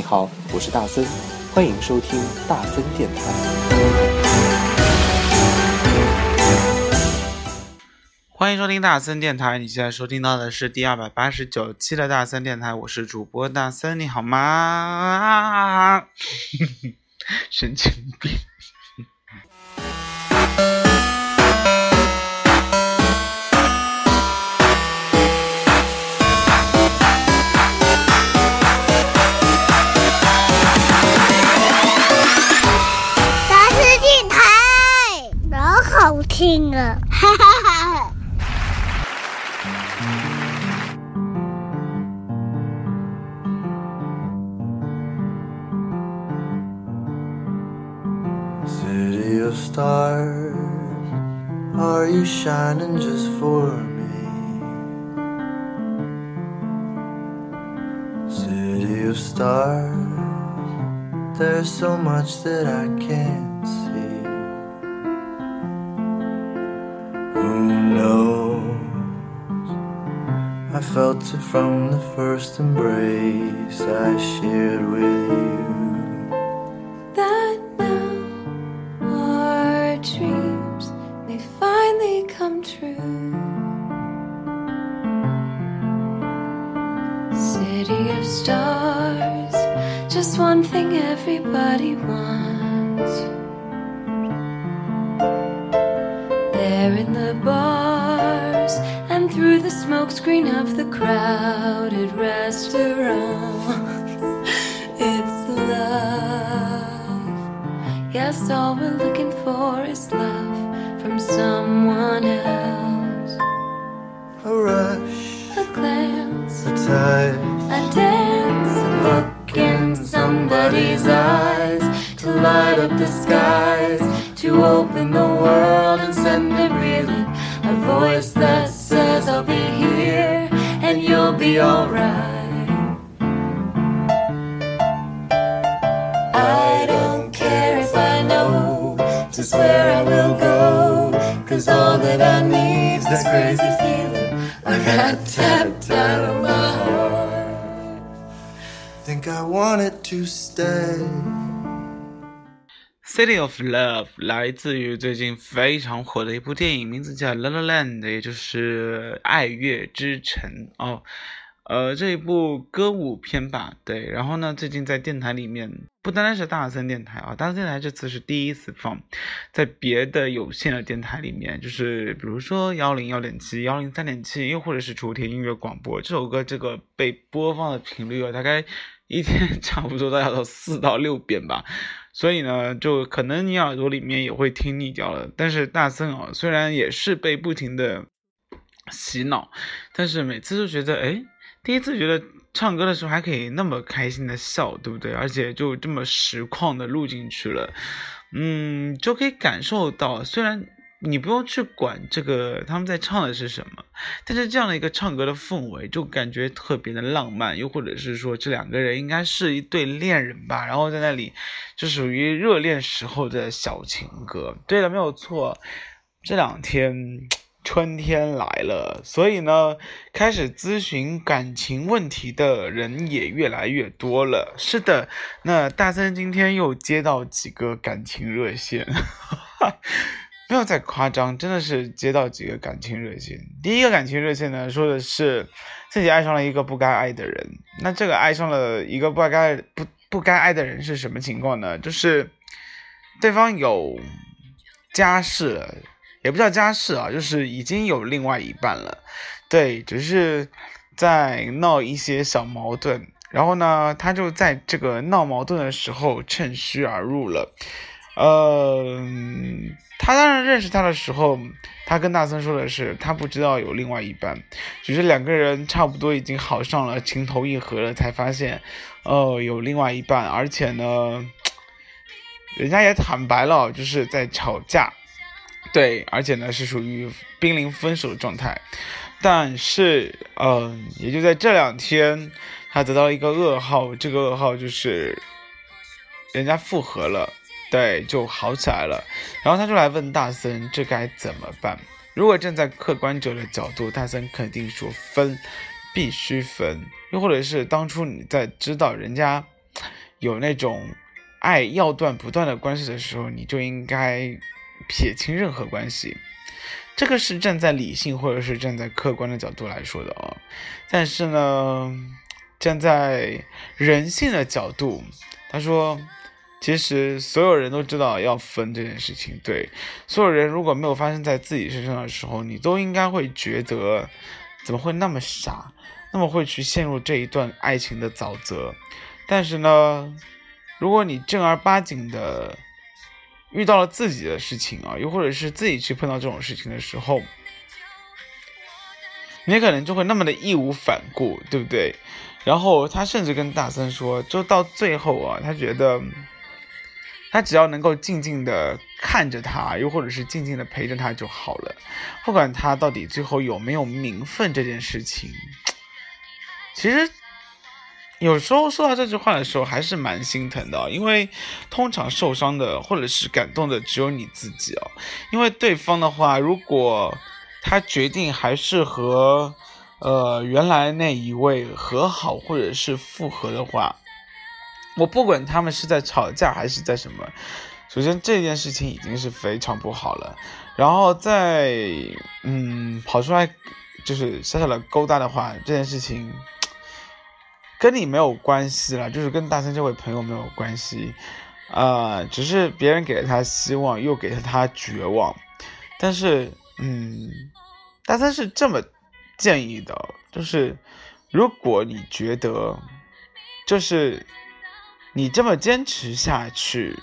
你好，我是大森，欢迎收听大森电台。 欢迎收听大森电台，你现在收听到的是第289期的大森电台，我是主播大森，你好吗？神经病。 大森电台，好好听啊！哈哈哈。 City of stars, are you shining just for me? City of stars, there's so much that I can't see. Who knows? I felt it from the first embrace I shared with you.City of stars, just one thing everybody wants. There in the bars and through the smokescreen of the crowded restaurants, it's love. Yes, all we're looking for is love from someone else. you. A rush, A glance, a touch, a dance, a look in somebody's eyes, to light up the skies, to open the world and send it reeling, a voice that says I'll be here and you'll be alright. I don't care if I know just where I will go, 'cause all that I need's this crazy feeling I got tapped out of my heart. think I want it to stay. City of Love 来自于最近非常火的一部电影，名字叫 La La Land， 也就是爱乐之城哦。这一部歌舞片吧，对。然后呢，最近在电台里面，不单单是大森电台啊，大森电台这次是第一次放，在别的有线的电台里面，就是比如说101.7、103.7，又或者是雏田音乐广播，这首歌这个被播放的频率大概一天差不多要到4到6遍吧。所以呢，就可能你耳朵里面也会听腻掉了。但是大森虽然也是被不停的洗脑，但是每次都觉得第一次觉得唱歌的时候还可以那么开心的笑，对不对？而且就这么实况的录进去了，就可以感受到，虽然你不用去管这个他们在唱的是什么，但是这样的一个唱歌的氛围就感觉特别的浪漫，又或者是说这两个人应该是一对恋人吧，然后在那里就属于热恋时候的小情歌。对了，没有错，这2天春天来了，所以呢，开始咨询感情问题的人也越来越多了。是的，那大森今天又接到几个感情热线没有再夸张，真的是接到几个感情热线。第一个感情热线呢，说的是自己爱上了一个不该爱的人。那这个爱上了一个不该爱的人是什么情况呢？就是对方有家室了，也不叫家室啊，就是已经有另外一半了。对，只是在闹一些小矛盾，然后呢，他就在这个闹矛盾的时候趁虚而入了。他当然认识他的时候，他跟大森说的是他不知道有另外一半，只是两个人差不多已经好上了，情投意合了，才发现有另外一半，而且呢人家也坦白了，就是在吵架，对，而且呢是属于濒临分手的状态。但是也就在这2天，他得到了一个噩耗，这个噩耗就是人家复合了，对，就好起来了。然后他就来问大森，这该怎么办？如果站在客观者的角度，大森肯定说分，必须分。又或者是当初你在知道人家有那种爱要断不断的关系的时候，你就应该撇清任何关系。这个是站在理性或者是站在客观的角度来说的哦。但是呢，站在人性的角度，他说其实所有人都知道要分这件事情，对，所有人如果没有发生在自己身上的时候，你都应该会觉得怎么会那么傻，那么会去陷入这一段爱情的沼泽。但是呢，如果你正儿八经的遇到了自己的事情啊，又或者是自己去碰到这种事情的时候，你可能就会那么的义无反顾，对不对？然后他甚至跟大森说，就到最后啊，他觉得他只要能够静静的看着他，又或者是静静的陪着他就好了，不管他到底最后有没有名分这件事情。其实有时候说到这句话的时候还是蛮心疼的，因为通常受伤的或者是感动的只有你自己哦。因为对方的话，如果他决定还是和原来那一位和好或者是复合的话，我不管他们是在吵架还是在什么，首先这件事情已经是非常不好了，然后再跑出来就是小小的勾搭的话，这件事情跟你没有关系了，就是跟大森这位朋友没有关系，只是别人给了他希望，又给了他绝望。但是大森是这么建议的，就是如果你觉得就是你这么坚持下去，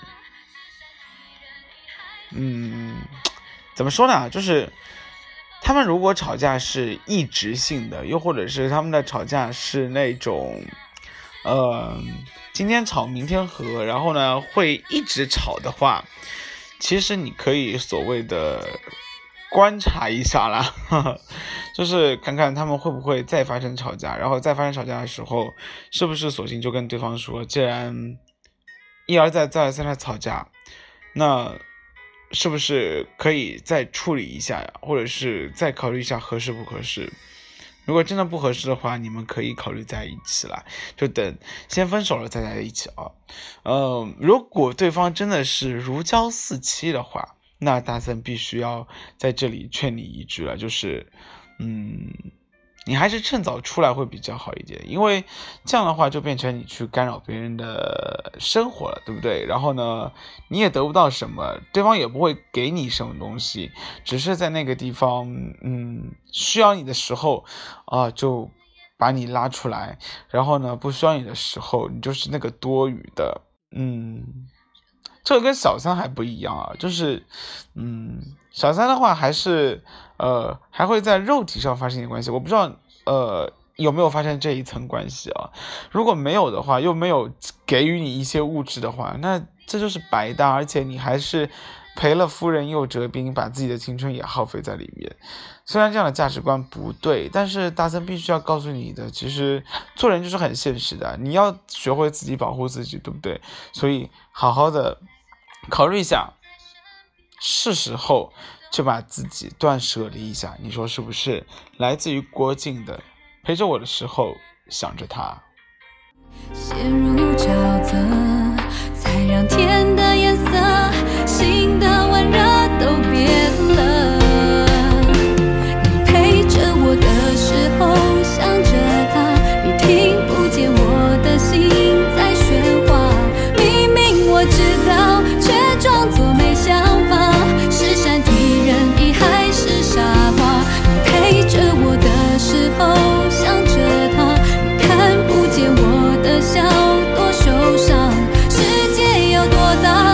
怎么说呢，就是他们如果吵架是一直性的，又或者是他们的吵架是那种今天吵明天和，然后呢会一直吵的话，其实你可以所谓的观察一下啦，就是看看他们会不会再发生吵架，然后再发生吵架的时候，是不是索性就跟对方说，既然一而再再而三的吵架，那是不是可以再处理一下呀，或者是再考虑一下合适不合适。如果真的不合适的话，你们可以考虑在一起啦，就等先分手了再在一起啊。如果对方真的是如胶似漆的话，那大森必须要在这里劝你一句了，就是你还是趁早出来会比较好一点，因为这样的话就变成你去干扰别人的生活了，对不对？然后呢，你也得不到什么，对方也不会给你什么东西，只是在那个地方需要你的时候就把你拉出来，然后呢不需要你的时候你就是那个多余的。这个跟小三还不一样啊，就是小三的话还是还会在肉体上发生一点关系，我不知道有没有发生这一层关系啊。如果没有的话，又没有给予你一些物质的话，那这就是白搭，而且你还是赔了夫人又折兵，把自己的青春也耗费在里面。虽然这样的价值观不对，但是大森必须要告诉你的，其实做人就是很现实的，你要学会自己保护自己，对不对？所以好好的考虑一下，是时候就把自己断舍离一下，你说是不是？来自于郭靖的陪着我的时候想着他。 陷入沼泽，才让天的颜色，心的温热都变了。你陪着我的时候想着他，你听不见我的心在喧哗。明明我知道，却装作没想法，是善体人意还是傻瓜？你陪着我的时候想着他，你看不见我的笑多受伤，世界有多大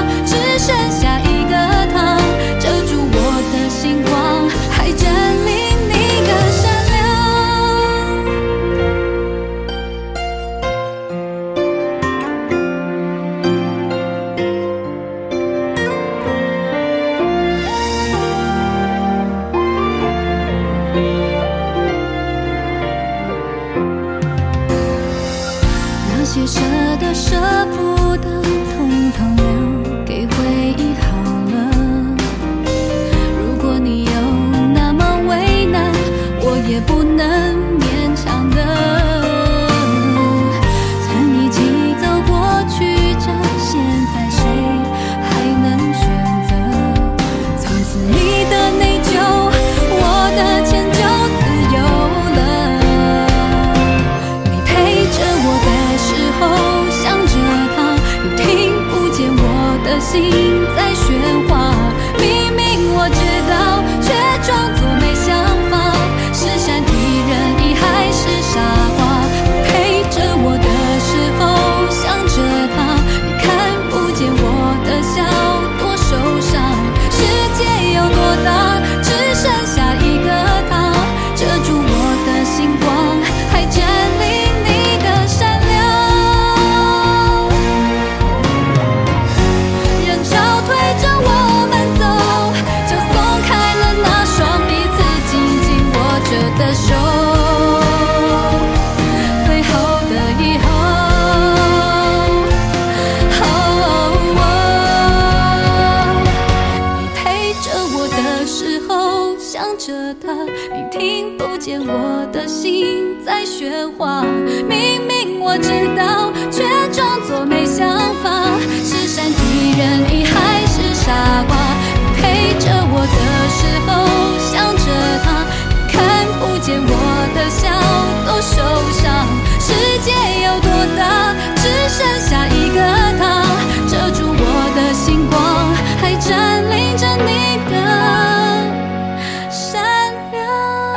不见我的心在喧哗，明明我知道，却装作没想法，是善体人意还是傻瓜？陪着我的时候想着他，看不见我的笑多受伤，世界有多大，只剩下一个他，遮住我的星光，还占领着你的善良。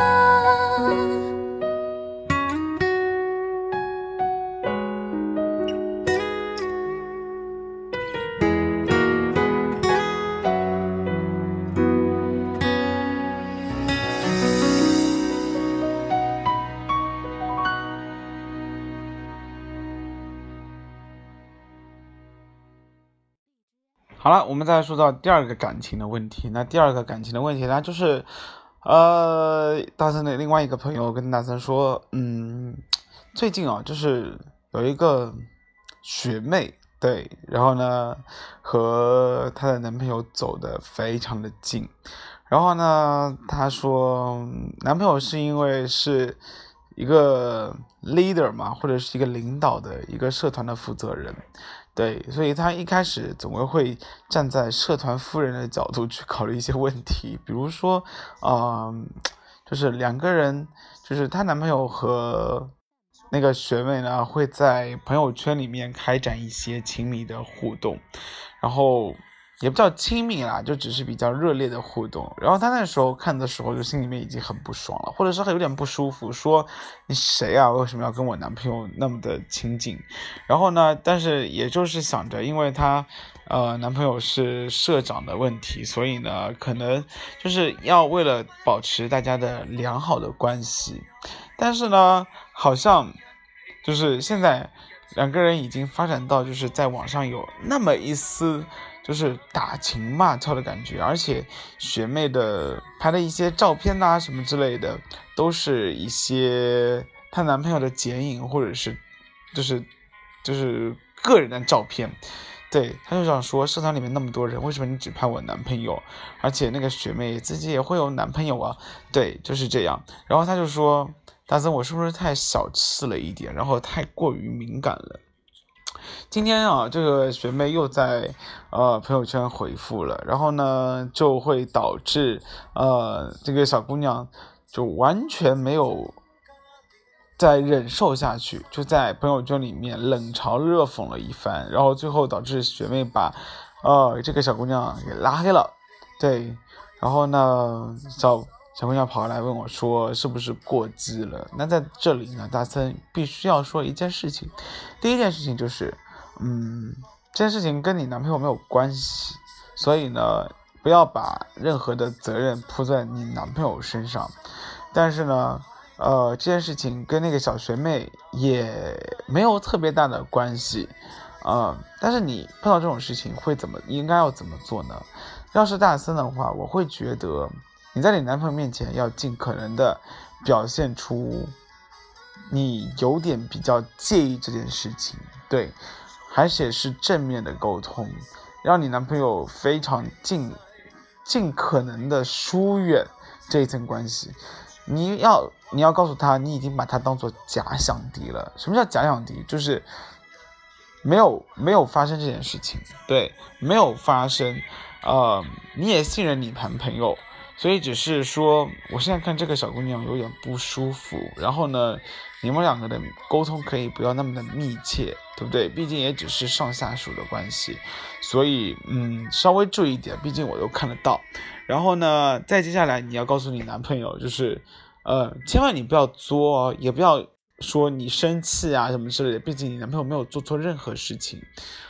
好了，我们再说到第二个感情的问题。那第二个感情的问题呢，就是大森的另外一个朋友跟大森说，最近啊，就是有一个学妹，对，然后呢和她的男朋友走得非常的近，然后呢她说男朋友是因为是一个 leader 嘛，或者是一个领导的一个社团的负责人，对，所以他一开始总会站在社团夫人的角度去考虑一些问题，比如说就是两个人，就是她男朋友和那个学妹呢会在朋友圈里面开展一些亲密的互动，然后也不叫亲密啦，就只是比较热烈的互动。然后他那时候看的时候就心里面已经很不爽了，或者是有点不舒服，说你谁啊，为什么要跟我男朋友那么的亲近？然后呢，但是也就是想着因为他男朋友是社长的问题，所以呢可能就是要为了保持大家的良好的关系，但是呢好像就是现在两个人已经发展到就是在网上有那么一丝就是打情骂俏的感觉，而且学妹的拍的一些照片啊什么之类的，都是一些她男朋友的剪影，或者是就是个人的照片。对，她就想说社团里面那么多人，为什么你只拍我男朋友？而且那个学妹自己也会有男朋友啊，对，就是这样。然后她就说，大森，我是不是太小气了一点，然后太过于敏感了？今天啊，这个学妹又在朋友圈回复了，然后呢就会导致这个小姑娘就完全没有再忍受下去，就在朋友圈里面冷嘲热讽了一番，然后最后导致学妹把这个小姑娘给拉黑了。对，然后呢小姑娘跑来问我说是不是过激了。那在这里呢，大森必须要说一件事情，第一件事情就是这件事情跟你男朋友没有关系，所以呢不要把任何的责任扑在你男朋友身上。但是呢这件事情跟那个小学妹也没有特别大的关系但是你碰到这种事情应该要怎么做呢？要是大森的话，我会觉得你在你男朋友面前要尽可能的表现出你有点比较介意这件事情，对，而且是正面的沟通，让你男朋友非常尽可能的疏远这一层关系。你要告诉他，你已经把他当做假想敌了。什么叫假想敌？就是没有发生这件事情，对，没有发生，你也信任你男朋友，所以只是说我现在看这个小姑娘有点不舒服，然后呢你们两个的沟通可以不要那么的密切，对不对？毕竟也只是上下属的关系，所以稍微注意一点，毕竟我都看得到。然后呢再接下来你要告诉你男朋友，就是千万你不要作哦，也不要说你生气啊什么之类的，毕竟你男朋友没有做错任何事情。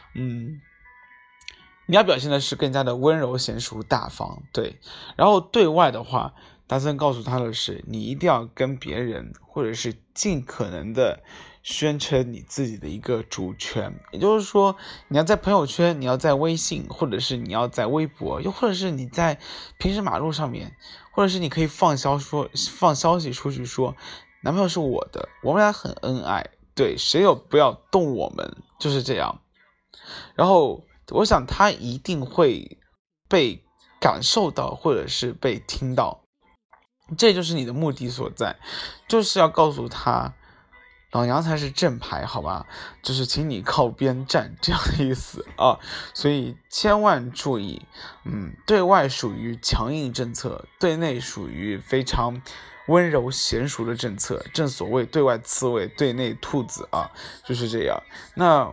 你要表现的是更加的温柔娴熟大方，对。然后对外的话，大森告诉他的是，你一定要跟别人或者是尽可能的宣称你自己的一个主权，也就是说你要在朋友圈，你要在微信，或者是你要在微博，又或者是你在平时马路上面，或者是你可以放消息出去说男朋友是我的，我们俩很恩爱，对，谁有不要动我们，就是这样。然后我想他一定会被感受到，或者是被听到。 这就是你的目的所在，就是要告诉他老娘才是正牌，好吧，就是请你靠边站这样的意思啊。所以千万注意，对外属于强硬政策，对内属于非常温柔娴熟的政策，正所谓对外刺猬，对内兔子啊，就是这样。那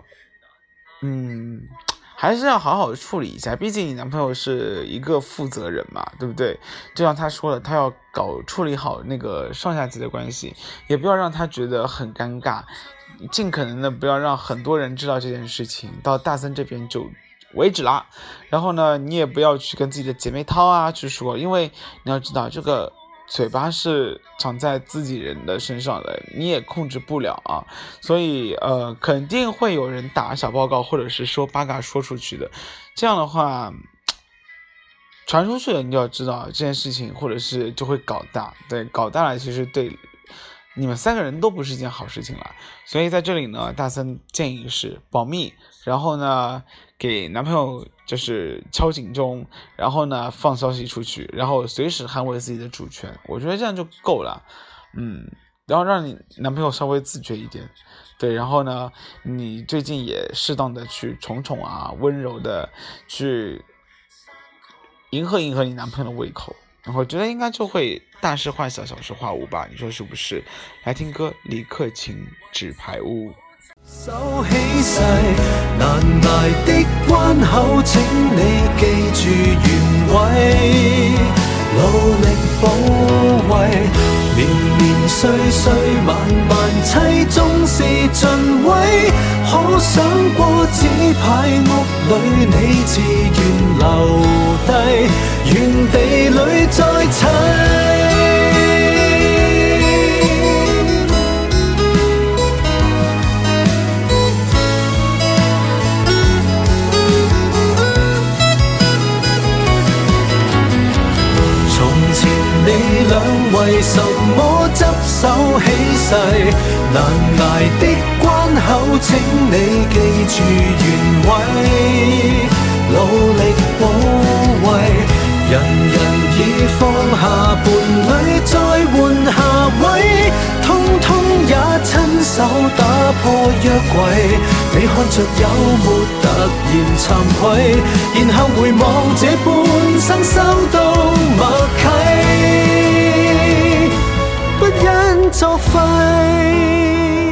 还是要好好处理一下，毕竟你男朋友是一个负责人嘛，对不对？就像他说了，他要处理好那个上下级的关系，也不要让他觉得很尴尬，尽可能的不要让很多人知道这件事情，到大森这边就为止啦。然后呢，你也不要去跟自己的姐妹淘啊去说，因为你要知道这个嘴巴是长在自己人的身上的，你也控制不了啊，所以肯定会有人打小报告，或者是说八卦说出去的，这样的话传出去了，你就要知道这件事情，或者是就会搞大，对，搞大了其实对你们3个人都不是一件好事情了。所以在这里呢，大森建议是保密，然后呢给男朋友就是敲警钟，然后呢放消息出去，然后随时捍卫自己的主权，我觉得这样就够了。然后让你男朋友稍微自觉一点，对，然后呢你最近也适当的去宠啊，温柔的去迎合你男朋友的胃口，然后觉得应该就会大事化小，小事化无吧，你说是不是？来听歌，李克勤纸牌屋。 手起誓，難捱的關口，請你記住原位，努力保衛，年年歲歲，萬萬妻，終是盡毀。可想過紙牌屋裏，你自願留低，原地裏再砌。你倆為什麼執手起誓？難捱的關口，請你記住原位，努力保衛。人人已放下伴侶，再換下位，通通也親手打破約櫃。你看着有沒突然慚愧？然後回望這半生修到默契。不因作廢。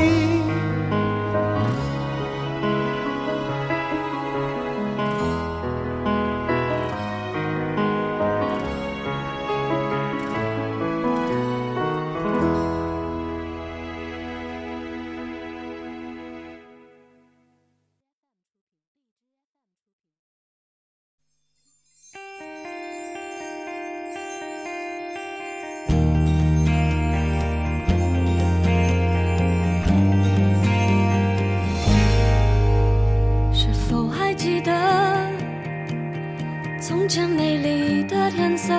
从前美丽的天色，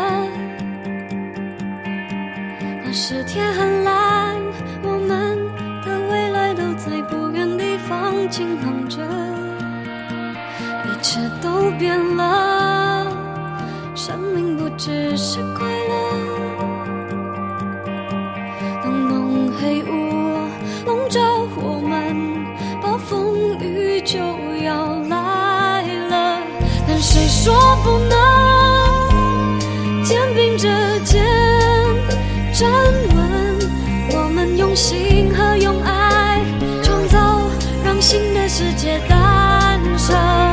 那时天很蓝，我们的未来都在不远地方静候着。一切都变了，生命不只是快乐。当浓黑雾笼罩我们，暴风雨就要来了。但谁说不能肩并着肩站稳？我们用心和用爱创造，让新的世界诞生。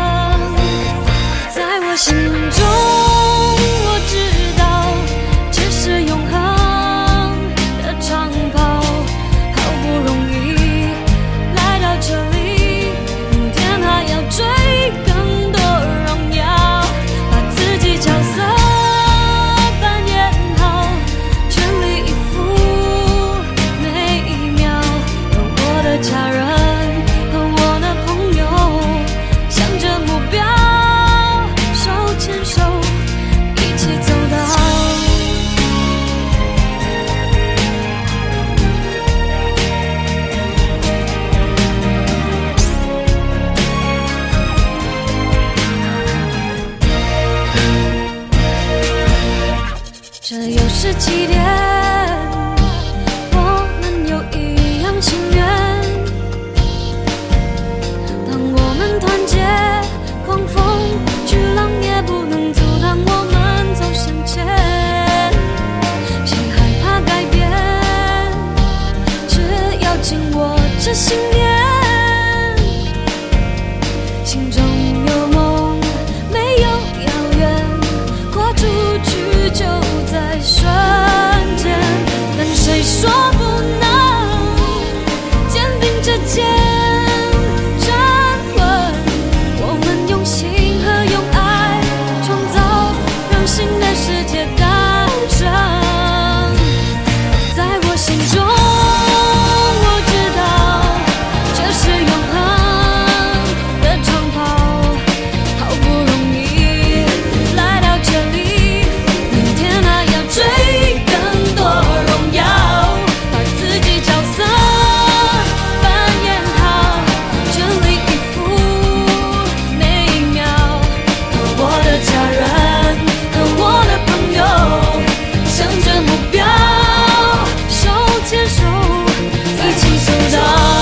在我心中，我知道这是永恒的长跑，好不容易来到这里，明天还要追更多荣耀，把自己角色扮演好，全力以赴每一秒，有我的家人和我的朋友，向着目标手牵手一起走到。这又是几点？ 着信念，心中有梦，没有遥远，跨出去就在瞬间。跟谁说不能，肩并着肩站稳，我们用心和用爱创造，让新的世界诞生。在我心中，我知道这是永恒的长跑，好不容易来到这里，明天还要追更多荣耀，把自己角色扮演好，全力以赴每一秒，和我的家人，和我的朋友，向着目标手牵手一起走到。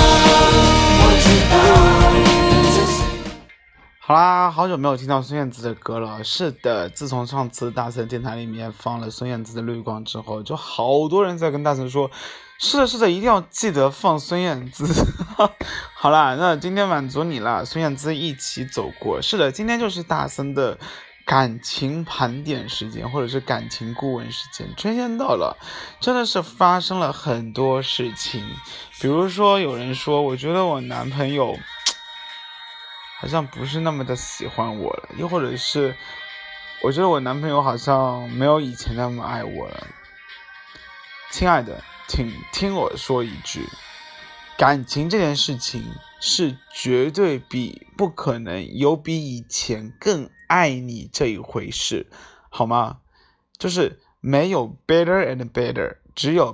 好啦，好久没有听到孙燕姿的歌了。是的，自从上次大森电台里面放了孙燕姿的《绿光》之后，就好多人在跟大森说，是的，是的，一定要记得放孙燕姿。好啦，那今天满足你了，孙燕姿一起走过。是的，今天就是大森的感情盘点时间，或者是感情顾问时间，春天到了，真的是发生了很多事情。比如说有人说，我觉得我男朋友好像不是那么的喜欢我了，又或者是我觉得我男朋友好像没有以前那么爱我了。亲爱的，听我说一句，感情这件事情是绝对不可能有比以前更爱你这一回事，好吗？就是没有 better and better， 只有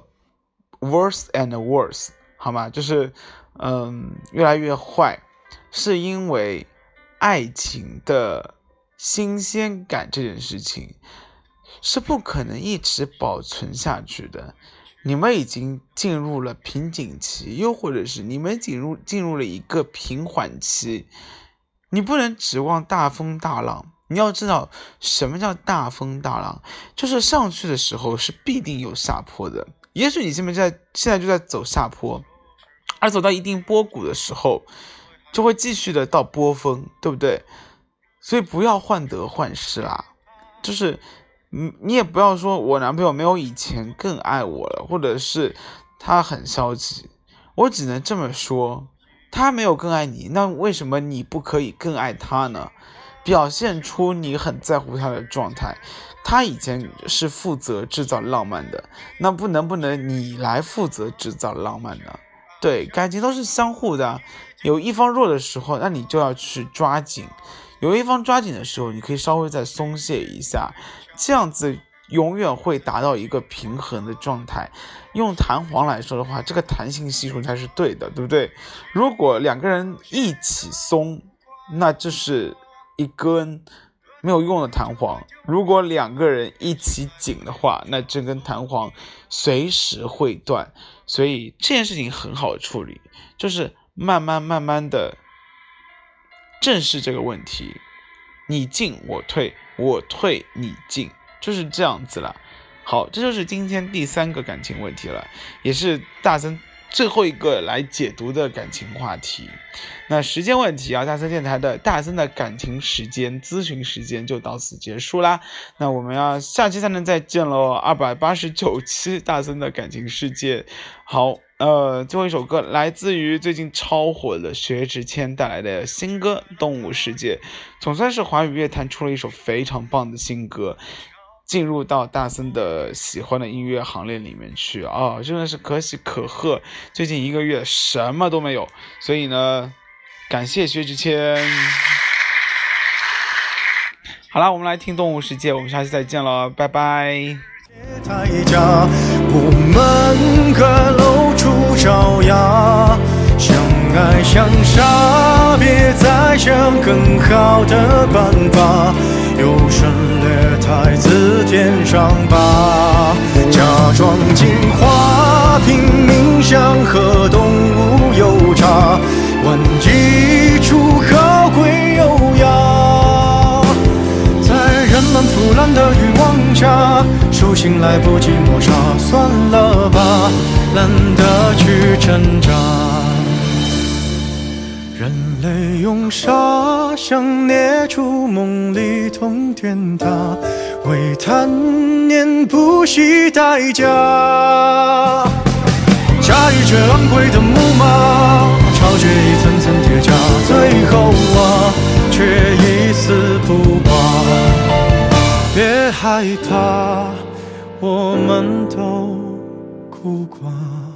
worse and worse， 好吗？就是越来越坏，是因为爱情的新鲜感这件事情是不可能一直保存下去的。你们已经进入了瓶颈期，又或者是你们进入了一个平缓期，你不能指望大风大浪。你要知道什么叫大风大浪，就是上去的时候是必定有下坡的。也许你现在就在走下坡，而走到一定波谷的时候就会继续的到波峰，对不对？所以不要患得患失啦，就是你也不要说我男朋友没有以前更爱我了，或者是他很消极。我只能这么说，他没有更爱你，那为什么你不可以更爱他呢？表现出你很在乎他的状态。他以前是负责制造浪漫的，那不能你来负责制造浪漫呢？对，感情都是相互的，有一方弱的时候，那你就要去抓紧，有一方抓紧的时候，你可以稍微再松懈一下，这样子永远会达到一个平衡的状态。用弹簧来说的话，这个弹性系数才是对的，对不对？如果两个人一起松，那就是一根没有用的弹簧；如果两个人一起紧的话，那这根弹簧随时会断。所以这件事情很好处理，就是慢慢的正视这个问题，你进我退，我退你进，就是这样子了。好，这就是今天第3个感情问题了，也是大森最后一个来解读的感情话题。那时间问题啊，大森电台的大森的感情时间咨询时间就到此结束啦。那我们要下期才能再见咯，289期大森的感情世界。好，最后一首歌来自于最近超火的薛之谦带来的新歌《动物世界》，总算是华语乐坛出了一首非常棒的新歌，进入到大森的喜欢的音乐行列里面去啊，真的是可喜可贺。最近1个月什么都没有，所以呢，感谢薛之谦。好啦，我们来听动物世界，我们下期再见了，拜拜。 太假，我们各露出爪牙，相爱相杀，别再想更好的办法，优胜劣汰字典上吧，假装进化，拼命想和动物有差，玩几出高贵优雅，在人们腐烂的欲望下，手心来不及抹杀，算了吧，懒得去挣扎。 用沙想捏出梦里通天塔，为贪念不惜代价。驾驭着昂贵的木马，超越一层层铁甲，最后啊，却一丝不挂。别害怕，我们都孤寡。